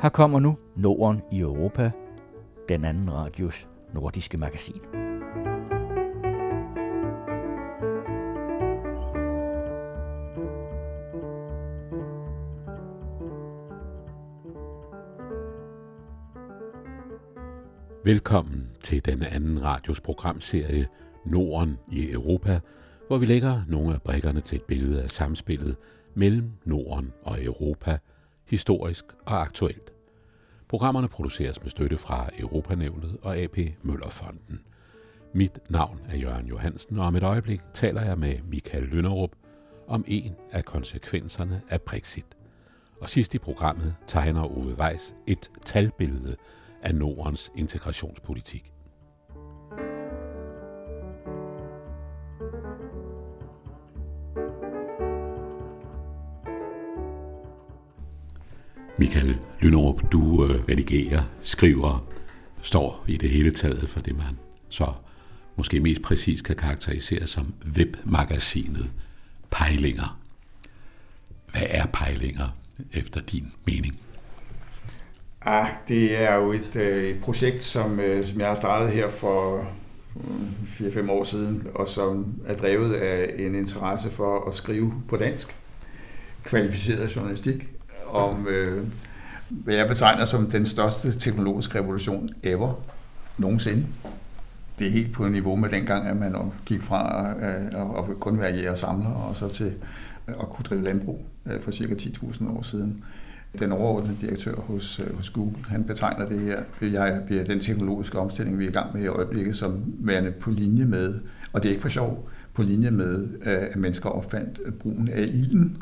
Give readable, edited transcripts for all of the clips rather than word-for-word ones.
Her kommer nu Norden i Europa, den anden radios nordiske magasin. Velkommen til denne anden radios programserie Norden i Europa, hvor vi lægger nogle af brikkerne til et billede af samspillet mellem Norden og Europa, historisk og aktuelt. Programmerne produceres med støtte fra Europanævnet og AP Møllerfonden. Mit navn er Jørgen Johansen, og om et øjeblik taler jeg med Michael Lynderup om en af konsekvenserne af Brexit. Og sidst i programmet tegner Ove Weiss et talbillede af Nordens integrationspolitik. Michael Lynderup, du redigerer, skriver, står i det hele taget for det, man så måske mest præcis kan karakterisere som webmagasinet Pejlinger. Hvad er Pejlinger efter din mening? Det er jo et projekt, som jeg har startet her for 4-5 år siden, og som er drevet af en interesse for at skrive på dansk, kvalificeret journalistik, om hvad jeg betegner som den største teknologiske revolution ever, nogensinde. Det er helt på niveau med dengang, at man gik fra at kun være jæger og samler, og så til at kunne drive landbrug for cirka 10.000 år siden. Den overordnede direktør hos Google, han betegner det her, den teknologiske omstilling, vi er i gang med i øjeblikket, som værende på linje med, og det er ikke for sjov, på linje med, at mennesker opfandt brugen af ilden.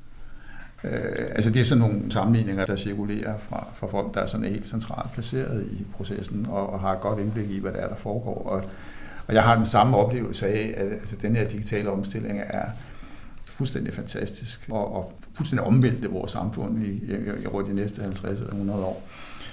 Det er sådan nogle sammenligninger, der cirkulerer fra folk, der er sådan helt centralt placeret i processen og har et godt indblik i, hvad der foregår. Og jeg har den samme oplevelse af, at den her digitale omstilling er fuldstændig fantastisk og fuldstændig omvælte vores samfund i de næste 50 eller 100 år.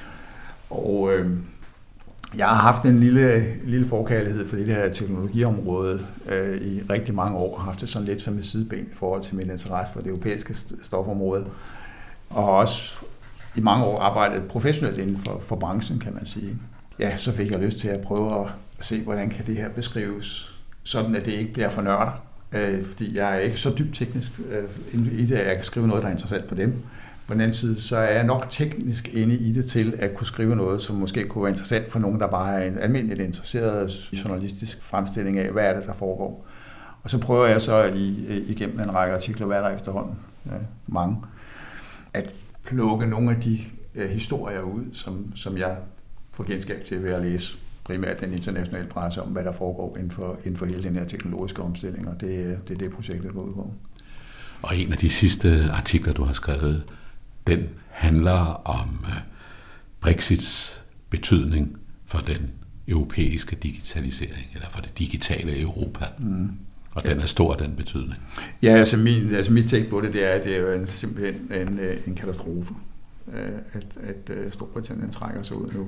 Og jeg har haft en lille forkærlighed for det her teknologiområde i rigtig mange år, og haft det sådan lidt som et sideben i forhold til min interesse for det europæiske stofområde, og har også i mange år arbejdet professionelt inden for branchen, kan man sige. Ja, så fik jeg lyst til at prøve at se, hvordan kan det her beskrives, sådan at det ikke bliver for nørder. Fordi jeg er ikke så dybt teknisk i det, at jeg kan skrive noget, der er interessant for dem. På den anden side, så er jeg nok teknisk inde i det til at kunne skrive noget, som måske kunne være interessant for nogen, der bare er en almindeligt interesseret journalistisk fremstilling af, hvad er det, der foregår. Og så prøver jeg så igennem en række artikler, hvad er der efterhånden, mange, at plukke nogle af de historier ud, som jeg får genskab til ved at læse primært den internationale presse om, hvad der foregår inden for hele den her teknologiske omstilling, og det er det, projektet går ud på. Og en af de sidste artikler, du har skrevet, den handler om Brexits betydning for den europæiske digitalisering, eller for det digitale Europa. Mm. Og den er stor, den betydning. Ja, mit take på det er, at det er jo simpelthen en katastrofe, at Storbritannien trækker sig ud nu,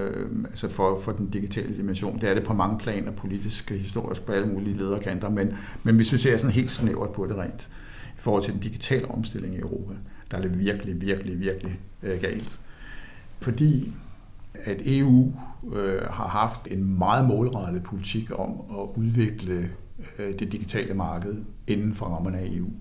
for den digitale dimension. Det er det på mange planer, politisk, historisk, på alle mulige lederkanter, men hvis vi ser sådan helt snævert på det rent, i forhold til den digitale omstilling i Europa, der er det virkelig, virkelig, virkelig galt. Fordi at EU har haft en meget målrettet politik om at udvikle det digitale marked inden for rammerne af EU.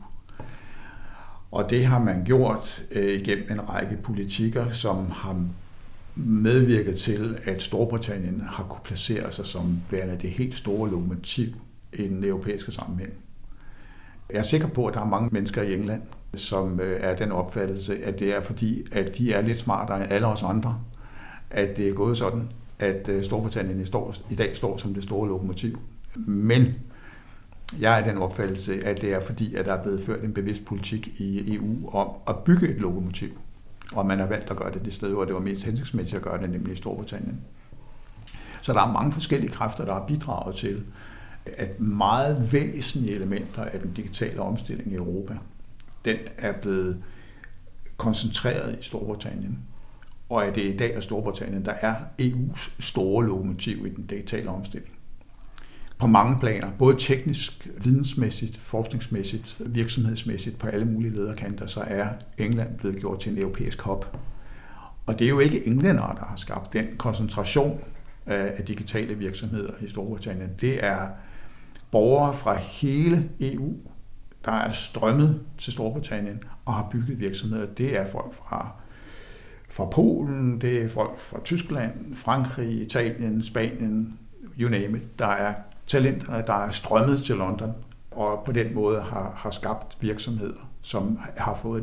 Og det har man gjort igennem en række politikker, som har medvirket til, at Storbritannien har kunne placere sig som værende det helt store lokomotiv i den europæiske sammenhæng. Jeg er sikker på, at der er mange mennesker i England, som er den opfattelse, at det er fordi, at de er lidt smartere end alle os andre, at det er gået sådan, at Storbritannien i dag står som det store lokomotiv. Men jeg er den opfattelse, at det er fordi, at der er blevet ført en bevidst politik i EU om at bygge et lokomotiv. Og man har valgt at gøre det sted, hvor det var mest hensigtsmæssigt at gøre det, nemlig i Storbritannien. Så der er mange forskellige kræfter, der har bidraget til, at meget væsentlige elementer af den digitale omstilling i Europa, den er blevet koncentreret i Storbritannien. Og at det i dag er Storbritannien, der er EU's store lokomotiv i den digitale omstilling. På mange planer, både teknisk, vidensmæssigt, forskningsmæssigt, virksomhedsmæssigt, på alle mulige lederkanter, så er England blevet gjort til en europæisk hub. Og det er jo ikke englændere, der har skabt den koncentration af digitale virksomheder i Storbritannien. Det er borgere fra hele EU, der er strømmet til Storbritannien og har bygget virksomheder. Det er folk fra Polen, det er folk fra Tyskland, Frankrig, Italien, Spanien, you name it. Der er talenter, der er strømmet til London, og på den måde har skabt virksomheder, som har fået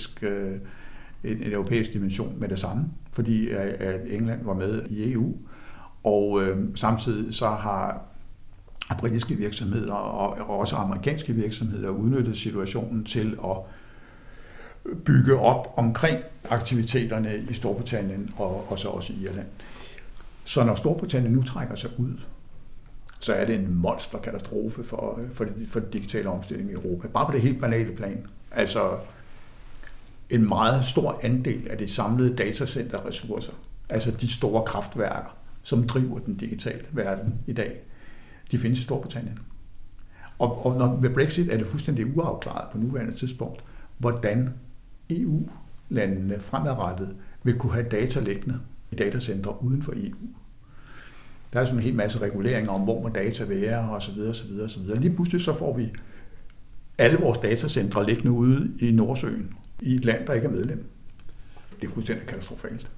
en europæisk dimension med det samme, fordi at England var med i EU, og samtidig så har britiske virksomheder og også amerikanske virksomheder udnyttet situationen til at bygge op omkring aktiviteterne i Storbritannien og så også i Irland. Så når Storbritannien nu trækker sig ud, så er det en monsterkatastrofe for den digitale omstilling i Europa. Bare på det helt banale plan. Altså en meget stor andel af de samlede datacenterressourcer, altså de store kraftværker, som driver den digitale verden i dag, de findes i Storbritannien. Og med Brexit er det fuldstændig uafklaret på nuværende tidspunkt, hvordan EU-landene fremadrettet vil kunne have data liggende i datacentre uden for EU. Der er sådan en hel masse reguleringer om, hvor må data være, osv. Lige pludselig så får vi alle vores datacentre liggende ude i Nordsøen, i et land, der ikke er medlem. Det er fuldstændig katastrofalt.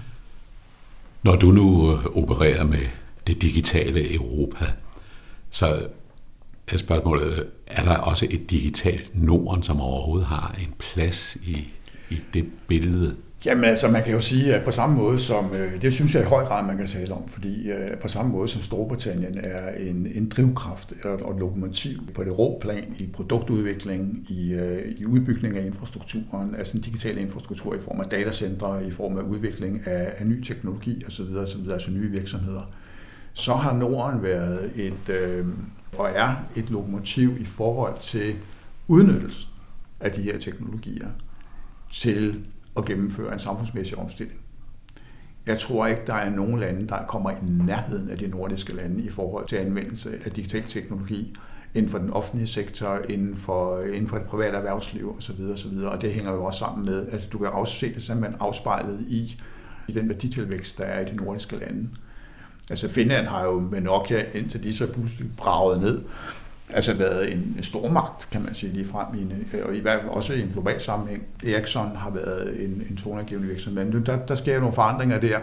Når du nu opererer med det digitale Europa, så er spørgsmålet, er der også et digitalt Norden, som overhovedet har en plads i det billede? Jamen altså, man kan jo sige, at på samme måde som, det synes jeg i høj grad, man kan tale om, fordi på samme måde som Storbritannien er en drivkraft og et lokomotiv på det rå plan i produktudvikling, i udbygning af infrastrukturen, altså den digitale infrastruktur i form af datacentre, i form af udvikling af ny teknologi osv., altså nye virksomheder, så har Norden været og er et lokomotiv i forhold til udnyttelsen af de her teknologier til at gennemføre en samfundsmæssig omstilling. Jeg tror ikke, der er nogen lande, der kommer i nærheden af de nordiske lande i forhold til anvendelse af digital teknologi inden for den offentlige sektor, inden for det private erhvervsliv osv. Og det hænger jo også sammen med, at du kan også se det simpelthen afspejlet i den værditilvækst, der er i de nordiske lande. Altså Finland har jo med Nokia, indtil de så pludselig braget ned, altså været en stormagt, kan man sige lige frem, og i hvert fald også i en global sammenhæng. Ericsson har været en toneangivende virksomhed, men der sker nogle forandringer der,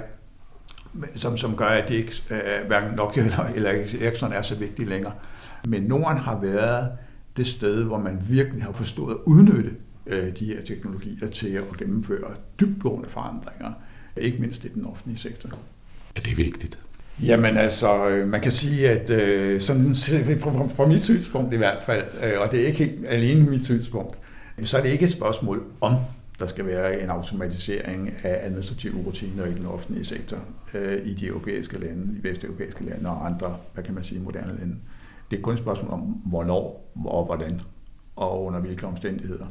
som gør, at det ikke, hverken Nokia eller Ericsson er så vigtige længere. Men Norden har været det sted, hvor man virkelig har forstået at udnytte de her teknologier til at gennemføre dybtgående forandringer, ikke mindst i den offentlige sektor. Er det vigtigt? Jamen altså, man kan sige, at sådan, fra mit synspunkt i hvert fald, og det er ikke helt alene mit synspunkt, så er det ikke et spørgsmål om, der skal være en automatisering af administrative rutiner i den offentlige sektor i de europæiske lande, i vesteuropæiske lande og andre, hvad kan man sige, moderne lande. Det er kun et spørgsmål om, hvornår og hvordan og under hvilke omstændigheder.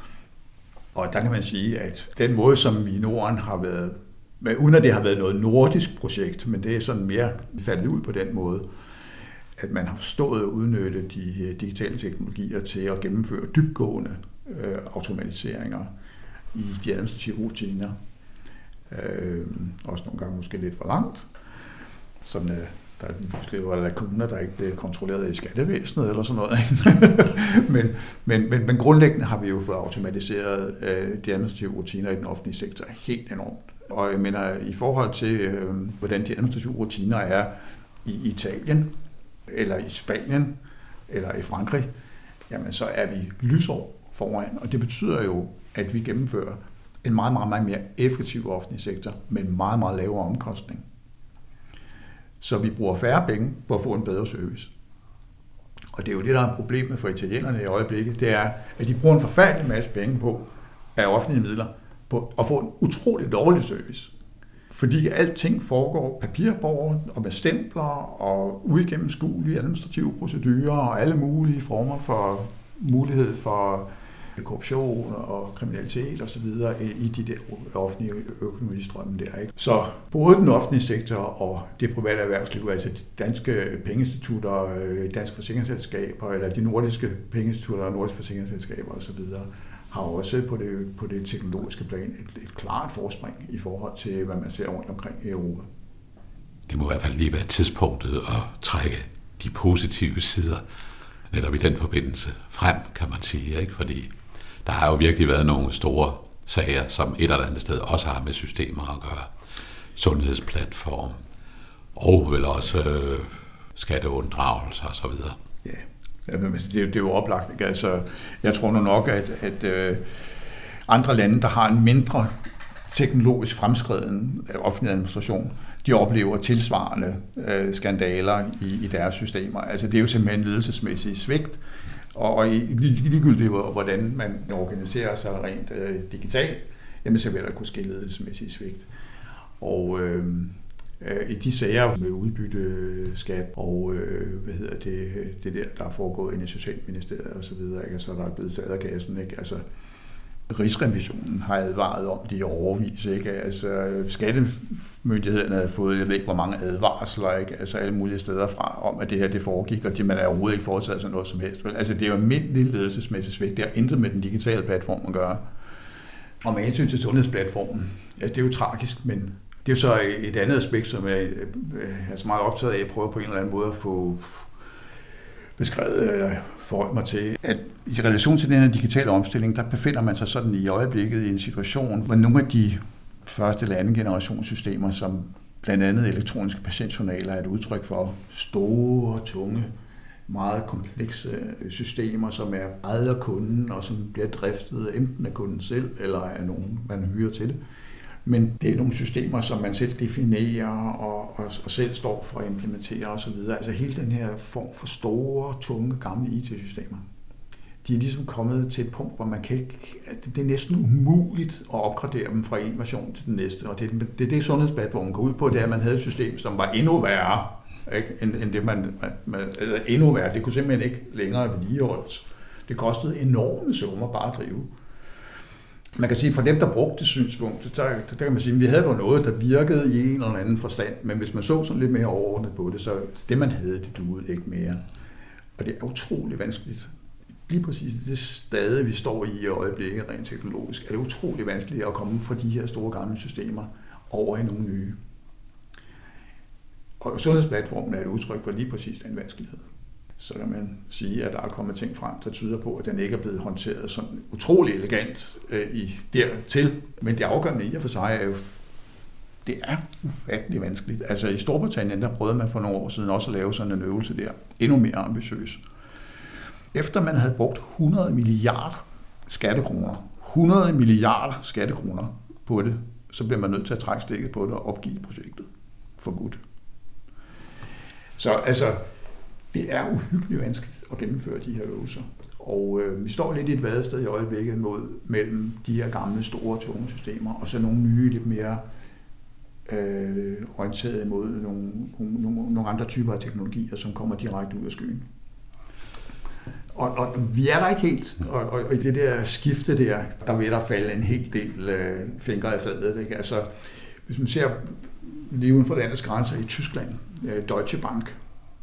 Og der kan man sige, at den måde, som i Norden har været, uden at det har været noget nordisk projekt, men det er sådan mere faldet ud på den måde, at man har forstået at udnytte de digitale teknologier til at gennemføre dybtgående automatiseringer i de administrative rutiner. Også nogle gange måske lidt for langt. Sådan, der pludselig var lakuner, der ikke blev kontrolleret i skattevæsenet eller sådan noget. men grundlæggende har vi jo fået automatiseret de administrative rutiner i den offentlige sektor helt enormt. Og jeg mener, i forhold til, hvordan de administrative rutiner er i Italien, eller i Spanien, eller i Frankrig, jamen så er vi lysår foran. Og det betyder jo, at vi gennemfører en meget, meget, meget mere effektiv offentlig sektor med en meget, meget lavere omkostning. Så vi bruger færre penge på at få en bedre service. Og det er jo det, der er problemet for italienerne i øjeblikket, det er, at de bruger en forfærdelig masse penge på af offentlige midler på at få en utrolig dårlig service. Fordi alting foregår papirbåret og med stempler og uigennemskuelige administrative procedurer og alle mulige former for mulighed for korruption og kriminalitet osv. i de der offentlige økonomistrømme der. Ikke? Så både den offentlige sektor og det private erhvervsliv, altså de danske pengeinstitutter, danske forsikringsselskaber eller de nordiske pengeinstitutter og nordiske forsikringsselskaber osv., har også på det teknologiske plan et klart forspring i forhold til, hvad man ser rundt omkring i Europa. Det må i hvert fald lige være tidspunktet at trække de positive sider netop i den forbindelse frem, kan man sige, ikke? Fordi der har jo virkelig været nogle store sager, som et eller andet sted også har med systemer at gøre. Sundhedsplatform og vel også skatteunddragelser og så videre. Ja, det er jo oplagt. Ikke? Altså, jeg tror nu nok, at andre lande, der har en mindre teknologisk fremskreden offentlig administration, de oplever tilsvarende skandaler i deres systemer. Altså, det er jo simpelthen ledelsesmæssigt svigt, og ligegyldigt hvordan man organiserer sig rent digitalt, jamen så vil der kunne ske ledelsesmæssigt svigt. Og i de sager med udbytteskat og det der er foregået inde i Socialministeriet og så videre, ikke? Så der er blevet taget af kassen, ikke? Altså Rigsrevisionen har advaret om det i overvis, ikke? Altså skattemyndighederne havde fået, jeg ved ikke hvor mange advarsler, ikke? Altså alle mulige steder fra om at det her det foregik, og man er overhovedet ikke foretaget sig noget som helst. Altså det er jo almindelig ledelsesmæssigt svigt. Det har intet med den digitale platform at gøre. Og med hensyn til sundhedsplatformen, ja, det er jo tragisk, men det er jo så et andet aspekt, som jeg er så meget optaget af. Jeg prøver på en eller anden måde at få beskrevet eller forholdt mig til, at i relation til den her digitale omstilling, der befinder man sig sådan i øjeblikket i en situation, hvor nogle af de første eller anden generationssystemer, som blandt andet elektroniske patientjournaler er et udtryk for, store, tunge, meget komplekse systemer, som er ejet af kunden og som bliver driftet enten af kunden selv eller af nogen, man hyrer til det. Men det er nogle systemer, som man selv definerer og selv står for at implementere osv. Altså hele den her form for store, tunge, gamle IT-systemer, de er ligesom kommet til et punkt, hvor man kan ikke, det er næsten umuligt at opgradere dem fra en version til den næste. Og det er det sundhedsplatformen går ud på, det er, at man havde et system, som var endnu værre, ikke, end det man endnu værre. Det kunne simpelthen ikke længere vedligeholdes. Det kostede enorme summer bare at drive. Man kan sige, at for dem, der brugte det synspunkt, der kan man sige, at vi havde jo noget, der virkede i en eller anden forstand, men hvis man så sådan lidt mere overordnet på det, så det, man havde, det duede ikke mere. Og det er utrolig vanskeligt. Lige præcis det stade, vi står i øjeblikket rent teknologisk, er det utrolig vanskeligt at komme fra de her store gamle systemer over i nogle nye. Og sundhedsplatformen er et udtryk for lige præcis den vanskelighed. Så kan man sige, at der er kommet ting frem, der tyder på, at den ikke er blevet håndteret sådan utrolig elegant dertil. Men det afgørende i og for sig er jo, det er ufattelig vanskeligt. Altså i Storbritannien, der prøvede man for nogle år siden også at lave sådan en øvelse der, endnu mere ambitiøs. Efter man havde brugt 100 milliarder skattekroner på det, så bliver man nødt til at trække stikket på det og opgive projektet for godt. Så altså, det er uhyggeligt vanskeligt at gennemføre de her øvelser. Og vi står lidt i et vadested i øjeblikket mellem de her gamle, store, tunge systemer, og så nogle nye, lidt mere orienteret mod nogle andre typer af teknologier, som kommer direkte ud af skyen. Og vi er der ikke helt, og i det der skifte der vil der falde en hel del fingre af fadet. Ikke? Altså, hvis man ser lige uden for landets grænser i Tyskland, Deutsche Bank,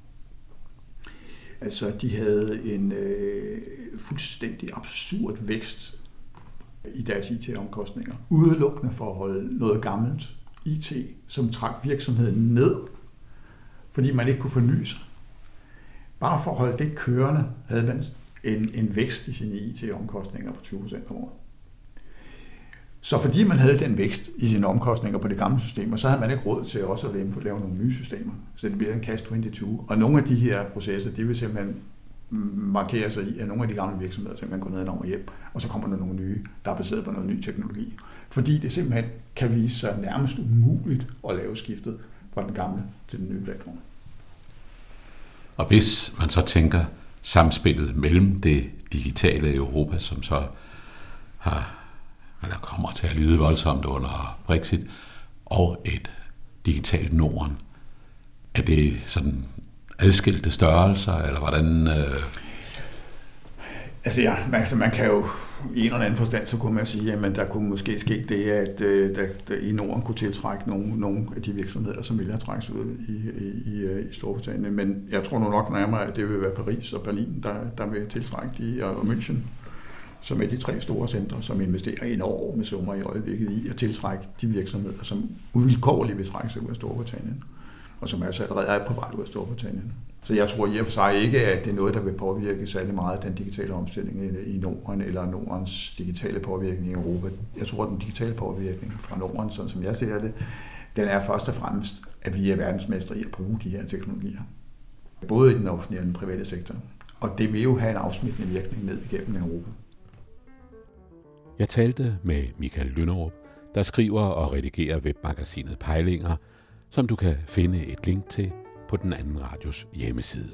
altså de havde en fuldstændig absurd vækst i deres IT-omkostninger, udelukkende for at holde noget gammelt IT, som trak virksomheden ned, fordi man ikke kunne forny sig. Bare for at holde det kørende, havde man en vækst i sine IT-omkostninger på 20% om året. Så fordi man havde den vækst i sine omkostninger på de gamle systemer, så havde man ikke råd til også at lave nogle nye systemer. Så det bliver en catch-22. Og nogle af de her processer, de vil simpelthen markere sig i, at nogle af de gamle virksomheder simpelthen går ned og hjem, og så kommer der nogle nye, der er baseret på noget ny teknologi. Fordi det simpelthen kan vise sig nærmest umuligt at lave skiftet fra den gamle til den nye platform. Og hvis man så tænker samspillet mellem det digitale Europa, som så kommer til at lide voldsomt under Brexit, og et digitalt Norden, er det sådan adskilte størrelser, eller hvordan? Altså man kan jo i en eller anden forstand, så kunne man sige, at der kunne måske ske det, at der i Norden kunne tiltrække nogle af de virksomheder, som ville have trækket ud i Storbritannien. Men jeg tror nok nærmere, at det vil være Paris og Berlin, der vil tiltrække de, og München. som er de 3 store centre, som investerer enorme summer i øjeblikket i at tiltrække de virksomheder, som uvilkårligt vil trække sig ud af Storbritannien, og som altså allerede er på vej ud af Storbritannien. Så jeg tror i og for sig ikke, at det er noget, der vil påvirke særlig meget den digitale omstilling i Norden, eller Nordens digitale påvirkning i Europa. Jeg tror, at den digitale påvirkning fra Norden, sådan som jeg ser det, den er først og fremmest, at vi er verdensmestre i at bruge de her teknologier. Både i den offentlige og den private sektor. Og det vil jo have en afsmittende virkning ned igennem Europa. Jeg talte med Michael Lynderup, der skriver og redigerer webmagasinet Pejlinger, som du kan finde et link til på den anden radios hjemmeside.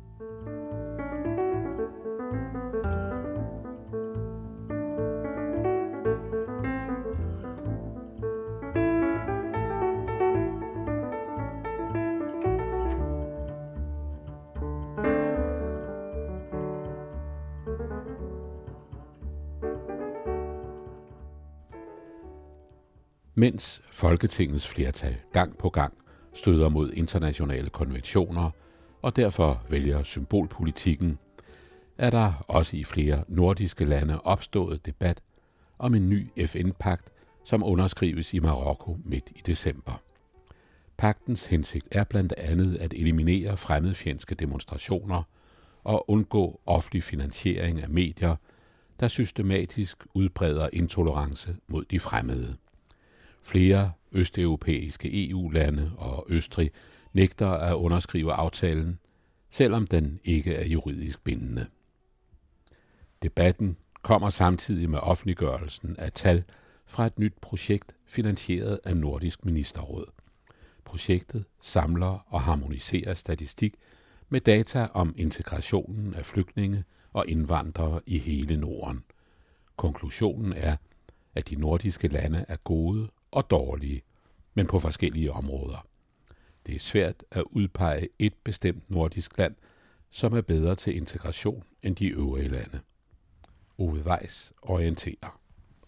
Mens Folketingets flertal gang på gang støder mod internationale konventioner og derfor vælger symbolpolitikken, er der også i flere nordiske lande opstået debat om en ny FN-pagt, som underskrives i Marokko midt i december. Pagtens hensigt er blandt andet at eliminere fremmedfjendske demonstrationer og undgå offentlig finansiering af medier, der systematisk udbreder intolerance mod de fremmede. Flere østeuropæiske EU-lande og Østrig nægter at underskrive aftalen, selvom den ikke er juridisk bindende. Debatten kommer samtidig med offentliggørelsen af tal fra et nyt projekt finansieret af Nordisk Ministerråd. Projektet samler og harmoniserer statistik med data om integrationen af flygtninge og indvandrere i hele Norden. Konklusionen er, at de nordiske lande er gode og dårlige, men på forskellige områder. Det er svært at udpege et bestemt nordisk land, som er bedre til integration end de øvrige lande. Ove Weiss orienterer.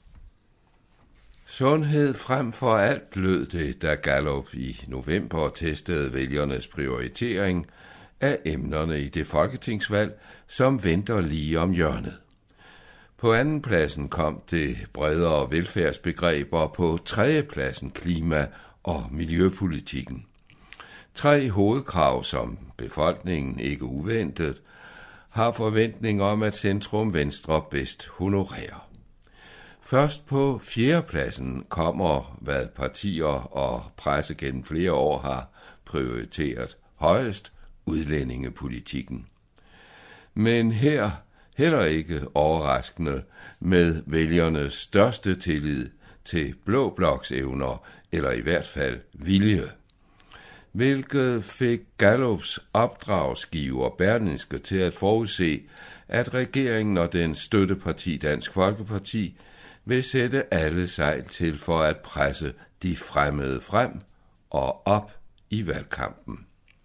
Sundhed frem for alt lød det, da Gallup i november testede vælgernes prioritering af emnerne i det folketingsvalg, som venter lige om hjørnet. På andenpladsen kom det bredere velfærdsbegreber, på tredjepladsen klima- og miljøpolitikken. 3 hovedkrav, som befolkningen ikke uventet har forventning om, at centrum venstre bedst honorerer. Først på 4. pladsen kommer, hvad partier og presse gennem flere år har prioriteret højest, udlændingepolitikken. Men her heller ikke overraskende med vælgernes største tillid til blå bloks evner, eller i hvert fald vilje. Hvilket fik Gallups opdragsgiver Berlingske til at forudse, at regeringen og den støtteparti Dansk Folkeparti vil sætte alle sejl til for at presse de fremmede frem og op i valgkampen.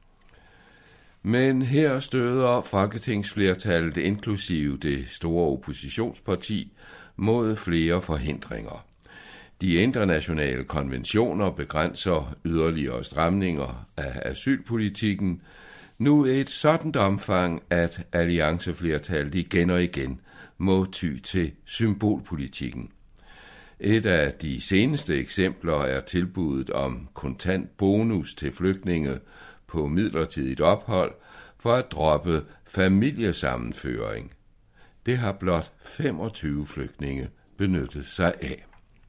Men her støder folketingsflertallet inklusive det store oppositionsparti mod flere forhindringer. De internationale konventioner begrænser yderligere stramninger af asylpolitikken, nu i et sådan omfang, at allianceflertallet igen og igen må ty til symbolpolitikken. Et af de seneste eksempler er tilbuddet om kontant bonus til flygtninge på midlertidigt ophold for at droppe familiesammenføring. Det har blot 25 flygtninge benyttet sig af.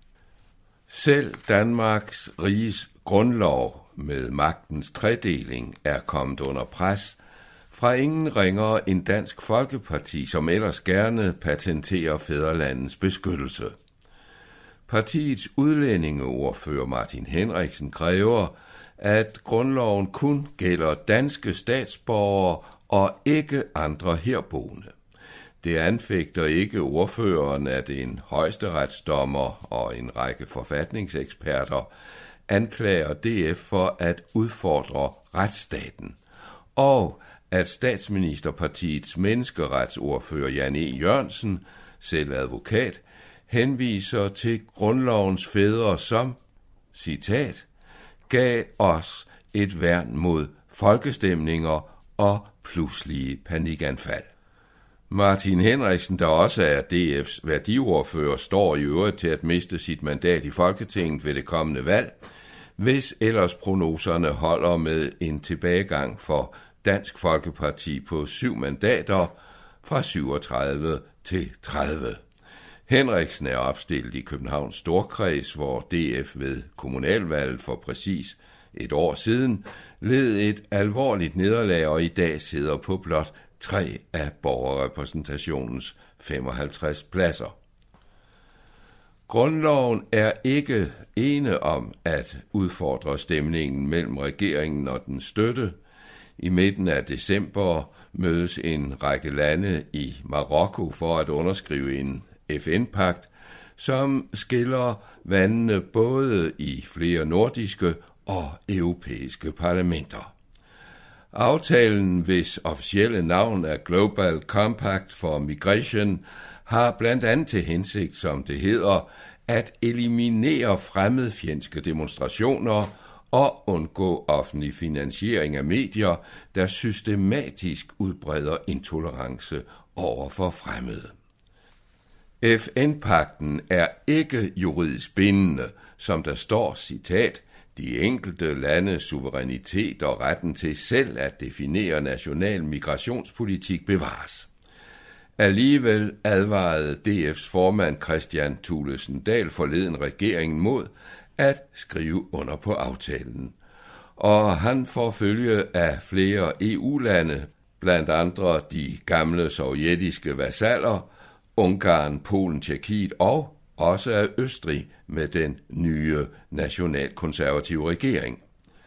Selv Danmarks riges grundlov med magtens tredeling er kommet under pres fra ingen ringere end Dansk Folkeparti, som ellers gerne patenterer fædrelandets beskyttelse. Partiets udlændingeordfører Martin Henriksen kræver, at grundloven kun gælder danske statsborgere og ikke andre herboende. Det anfægter ikke ordføreren, at en højesteretsdommer og en række forfatningseksperter anklager DF for at udfordre retsstaten, og at statsministerpartiets menneskeretsordfører Jan E. Jørgensen, selv advokat, henviser til grundlovens fædre som, citat, gav os et værn mod folkestemninger og pludselige panikanfald. Martin Henriksen, der også er DF's værdiordfører, står i øvrigt til at miste sit mandat i Folketinget ved det kommende valg, hvis ellers prognoserne holder med en tilbagegang for Dansk Folkeparti på 7 mandater fra 37 til 30. Henriksen er opstillet i Københavns Storkreds, hvor DF ved kommunalvalget for præcis et år siden led et alvorligt nederlag og i dag sidder på blot 3 af borgerrepræsentationens 55 pladser. Grundloven er ikke ene om at udfordre stemningen mellem regeringen og den støtte. I midten af december mødes en række lande i Marokko for at underskrive en FN-pagt, som skiller vandene både i flere nordiske og europæiske parlamenter. Aftalen, hvis officielle navn er Global Compact for Migration, har blandt andet til hensigt, som det hedder, at eliminere fremmedfjendske demonstrationer og undgå offentlig finansiering af medier, der systematisk udbreder intolerance over for fremmede. FN-pagten er ikke juridisk bindende, som der står, citat, de enkelte landes suverænitet og retten til selv at definere national migrationspolitik bevares. Alligevel advarede DF's formand Kristian Thulesen Dahl forleden regeringen mod at skrive under på aftalen. Og han får følge af flere EU-lande, blandt andre de gamle sovjetiske vasaller, Ungarn, Polen, Tjekkiet og også af Østrig med den nye nationalkonservative regering.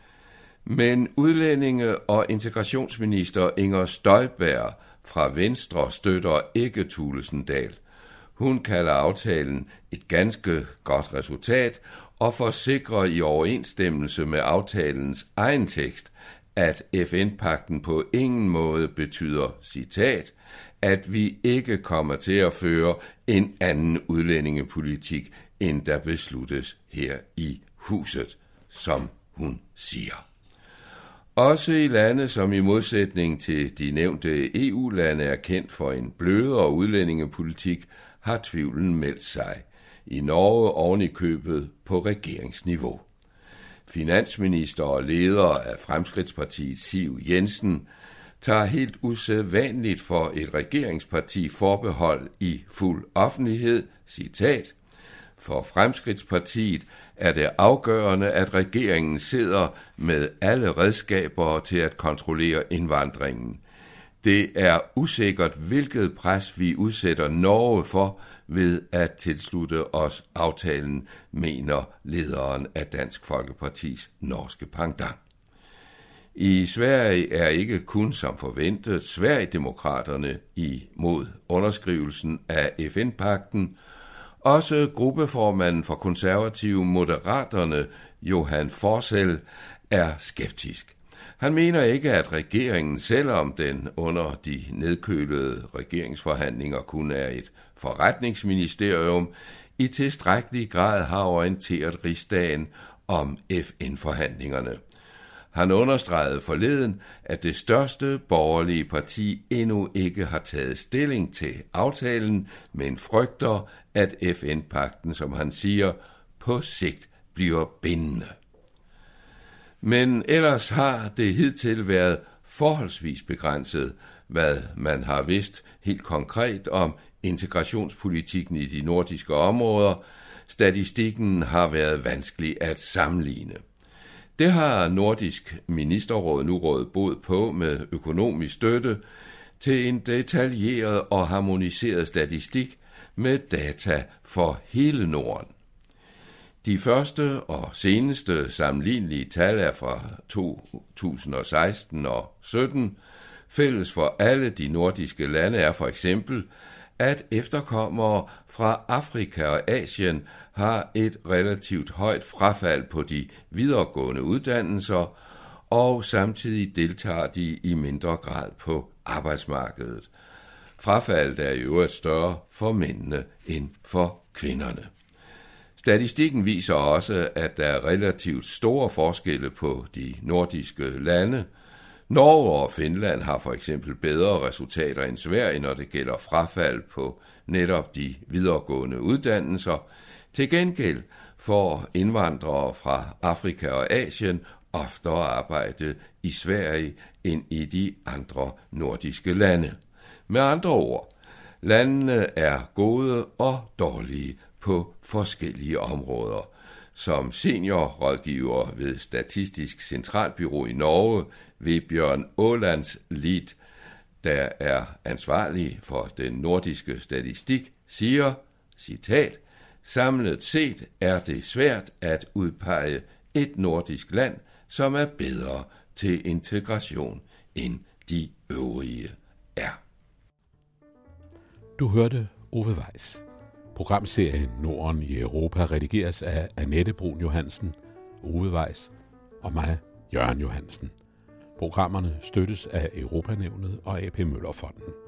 Men udlændinge- og integrationsminister Inger Støjberg fra Venstre støtter ikke Thulesen Dahl. Hun kalder aftalen et ganske godt resultat og forsikrer i overensstemmelse med aftalens egen tekst, at FN-pagten på ingen måde betyder, citat, at vi ikke kommer til at føre en anden udlændingepolitik, end der besluttes her i huset, som hun siger. Også i lande, som i modsætning til de nævnte EU-lande er kendt for en blødere udlændingepolitik, har tvivlen meldt sig. I Norge oven i købet på regeringsniveau. Finansminister og leder af Fremskridtspartiet Siv Jensen tager helt usædvanligt for et regeringsparti forbehold i fuld offentlighed, citat, for Fremskridtspartiet er det afgørende, at regeringen sidder med alle redskaber til at kontrollere indvandringen. Det er usikkert, hvilket pres vi udsætter Norge for ved at tilslutte os aftalen, mener lederen af Dansk Folkepartis norske pendant. I Sverige er ikke kun som forventet Sverigedemokraterne imod underskrivelsen af FN-pagten. Også gruppeformanden for konservative Moderaterne, Johan Forsell, er skeptisk. Han mener ikke, at regeringen, selvom den under de nedkølede regeringsforhandlinger kun er et forretningsministerium, i tilstrækkelig grad har orienteret rigsdagen om FN-forhandlingerne. Han understregede forleden, at det største borgerlige parti endnu ikke har taget stilling til aftalen, men frygter, at FN-pagten, som han siger, på sigt bliver bindende. Men ellers har det hidtil været forholdsvis begrænset, hvad man har vidst helt konkret om integrationspolitikken i de nordiske områder. Statistikken har været vanskelig at sammenligne. Det har Nordisk Ministerråd nu rådet bod på med økonomisk støtte til en detaljeret og harmoniseret statistik med data for hele Norden. De første og seneste sammenlignelige tal er fra 2016 og 17. Fælles for alle de nordiske lande er for eksempel, at efterkommere fra Afrika og Asien har et relativt højt frafald på de videregående uddannelser, og samtidig deltager de i mindre grad på arbejdsmarkedet. Frafaldet er i øvrigt større for mændene end for kvinderne. Statistikken viser også, at der er relativt store forskelle på de nordiske lande. Norge og Finland har for eksempel bedre resultater end Sverige, når det gælder frafald på netop de videregående uddannelser. Til gengæld får indvandrere fra Afrika og Asien oftere arbejde i Sverige end i de andre nordiske lande. Med andre ord, landene er gode og dårlige på forskellige områder. Som seniorrådgiver ved Statistisk Centralbyrå i Norge, Vebjørn Ålands Lid, der er ansvarlig for den nordiske statistik, siger, citat, samlet set er det svært at udpege et nordisk land, som er bedre til integration end de øvrige er. Du hørte Ove Weiss. Programserien Norden i Europa redigeres af Annette Brun Johansen, Ove Weiss og mig, Jørgen Johansen. Programmerne støttes af Europanævnet og AP Møller Fonden.